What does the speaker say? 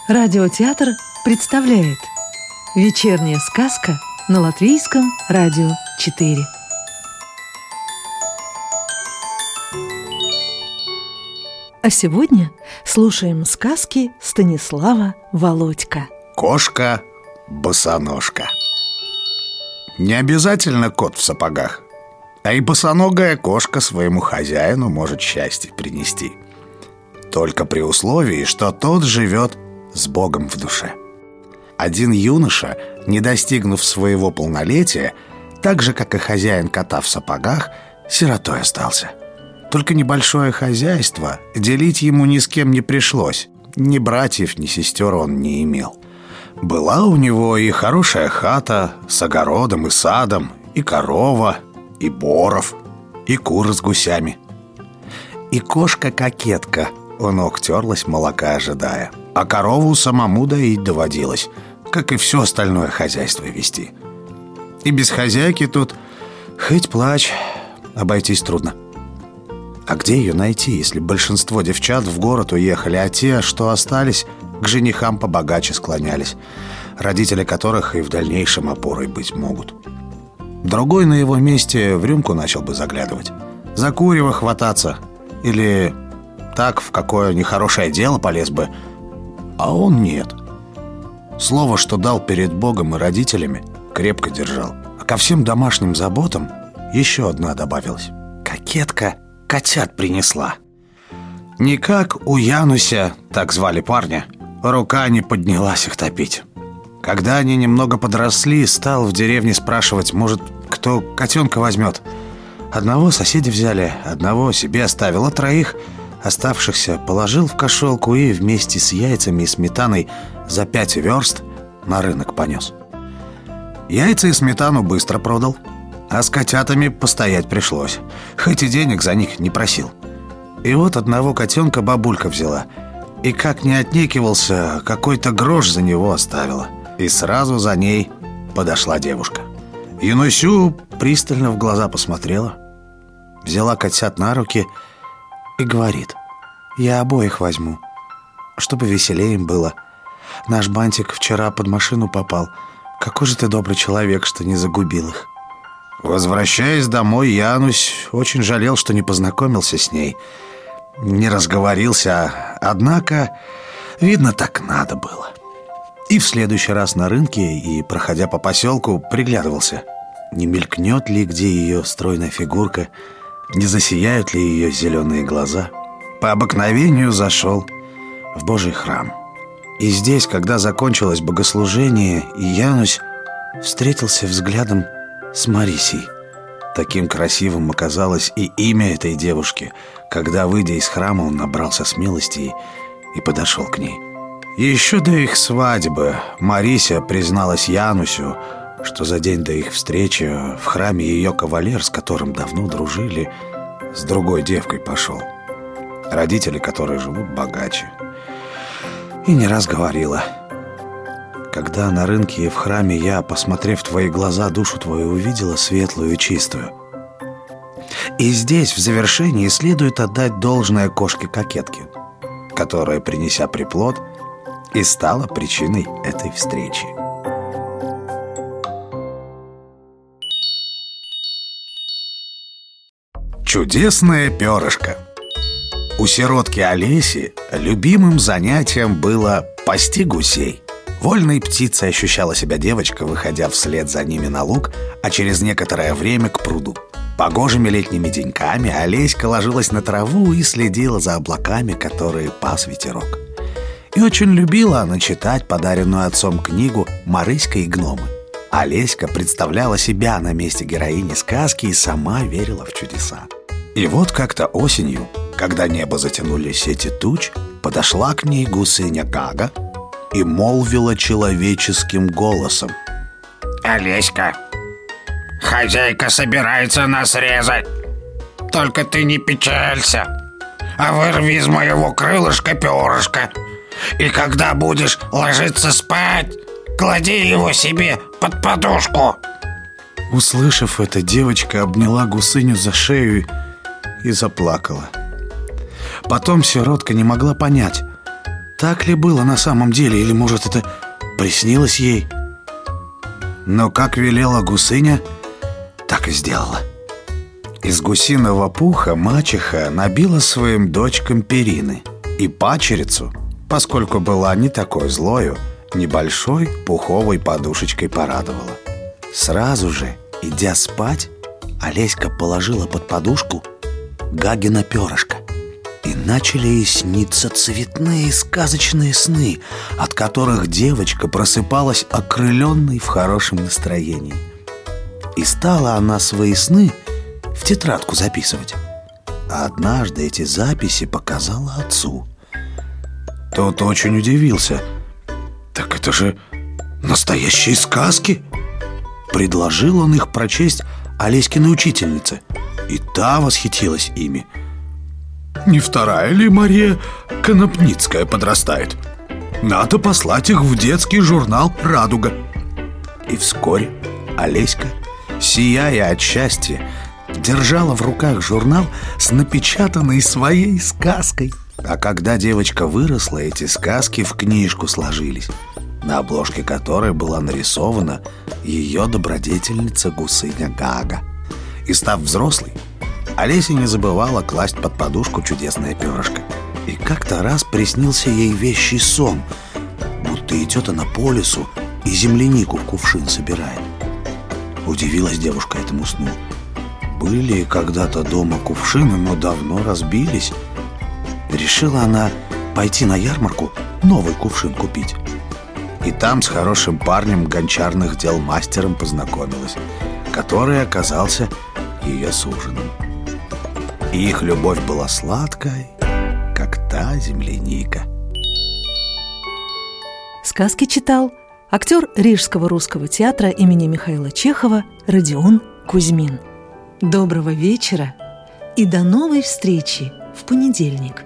Радиотеатр представляет «Вечерняя сказка» на Латвийском радио 4. А сегодня слушаем сказки Станислава Володька. Кошка-босоножка. Не обязательно кот в сапогах, а и босоногая кошка своему хозяину может счастье принести. Только при условии, что тот живет с Богом в душе. Один юноша, не достигнув своего полнолетия, так же, как и хозяин кота в сапогах, сиротой остался. Только небольшое хозяйство, делить ему ни с кем не пришлось. Ни братьев, ни сестер он не имел. Была у него и хорошая хата с огородом и садом, и корова, и боров, и кур с гусями. И кошка-кокетка у ног терлась, молока ожидая. А корову самому доить доводилось, как и все остальное хозяйство вести. И без хозяйки тут хоть плачь, обойтись трудно. А где ее найти, если большинство девчат в город уехали, а те, что остались, к женихам побогаче склонялись, родители которых и в дальнейшем опорой быть могут? Другой на его месте в рюмку начал бы заглядывать, за курево хвататься или так в какое нехорошее дело полез бы. А он нет. Слово, что дал перед Богом и родителями, крепко держал. А ко всем домашним заботам еще одна добавилась. Кокетка котят принесла. Никак у Януся, так звали парня, рука не поднялась их топить. Когда они немного подросли, стал в деревне спрашивать, может, кто котенка возьмет. Одного соседи взяли, одного себе оставил, а троих оставшихся положил в кошелку и вместе с яйцами и сметаной за 5 верст на рынок понес. Яйца и сметану быстро продал, а с котятами постоять пришлось, хоть и денег за них не просил. И вот одного котенка бабулька взяла, и как не отнекивался, какой-то грош за него оставила. И сразу за ней подошла девушка. Янусю пристально в глаза посмотрела, взяла котят на руки и говорит: «Я обоих возьму, чтобы веселее им было. Наш бантик вчера под машину попал. Какой же ты добрый человек, что не загубил их». Возвращаясь домой, Янусь очень жалел, что не познакомился с ней, не разговорился, однако, видно, так надо было. И в следующий раз на рынке и, проходя по поселку, приглядывался, не мелькнет ли где ее стройная фигурка, не засияют ли ее зеленые глаза. По обыкновению зашел в Божий храм. И здесь, когда закончилось богослужение, Янусь встретился взглядом с Марисей. Таким красивым оказалось и имя этой девушки, когда, выйдя из храма, он набрался смелости и подошел к ней. Еще до их свадьбы Марися призналась Янусю, что за день до их встречи в храме ее кавалер, с которым давно дружили, с другой девкой пошел, родители которой живут богаче. И не раз говорила: «Когда на рынке и в храме я, посмотрев в твои глаза, душу твою увидела светлую и чистую». И здесь в завершении следует отдать должное кошке-кокетке, которая, принеся приплод, и стала причиной этой встречи. Чудесное перышко. У сиротки Олеси любимым занятием было пасти гусей. Вольной птицей ощущала себя девочка, выходя вслед за ними на луг, а через некоторое время к пруду. Погожими летними деньками Олеська ложилась на траву и следила за облаками, которые пас ветерок. И очень любила она читать подаренную отцом книгу «Марыська и гномы». Олеська представляла себя на месте героини сказки и сама верила в чудеса. И вот как-то осенью, когда небо затянули сети туч, подошла к ней гусыня Гага и молвила человеческим голосом: «Олеська, хозяйка собирается нас резать. Только ты не печалься, а вырви из моего крылышка перышко. И когда будешь ложиться спать, клади его себе под подушку». Услышав это, девочка обняла гусыню за шею и заплакала. Потом сиротка не могла понять, так ли было на самом деле, или, может, это приснилось ей? Но как велела гусыня, так и сделала. Из гусиного пуха мачеха набила своим дочкам перины и пачерицу, поскольку была не такой злою, небольшой пуховой подушечкой порадовала. Сразу же, идя спать, Олеська положила под подушку Гагина перышко. И начали ей сниться цветные сказочные сны, от которых девочка просыпалась окрыленной в хорошем настроении. И стала она свои сны в тетрадку записывать. А однажды эти записи показала отцу. Тот очень удивился. «Так это же настоящие сказки!» Предложил он их прочесть Олеськиной учительнице, и та восхитилась ими. «Не вторая ли Мария Конопницкая подрастает? Надо послать их в детский журнал «Радуга». И вскоре Олеська, сияя от счастья, держала в руках журнал с напечатанной своей сказкой. А когда девочка выросла, эти сказки в книжку сложились, на обложке которой была нарисована ее добродетельница гусыня Гага. И став взрослой, Олеся не забывала класть под подушку чудесное перышко. И как-то раз приснился ей вещий сон, будто идет она по лесу и землянику в кувшин собирает. Удивилась девушка этому сну. Были когда-то дома кувшины, но давно разбились. Решила она пойти на ярмарку новый кувшин купить. И там с хорошим парнем гончарных дел мастером познакомилась, который оказался ее суженым. И их любовь была сладкой, как та земляника. Сказки читал актер Рижского русского театра имени Михаила Чехова Родион Кузьмин. Доброго вечера и до новой встречи в понедельник.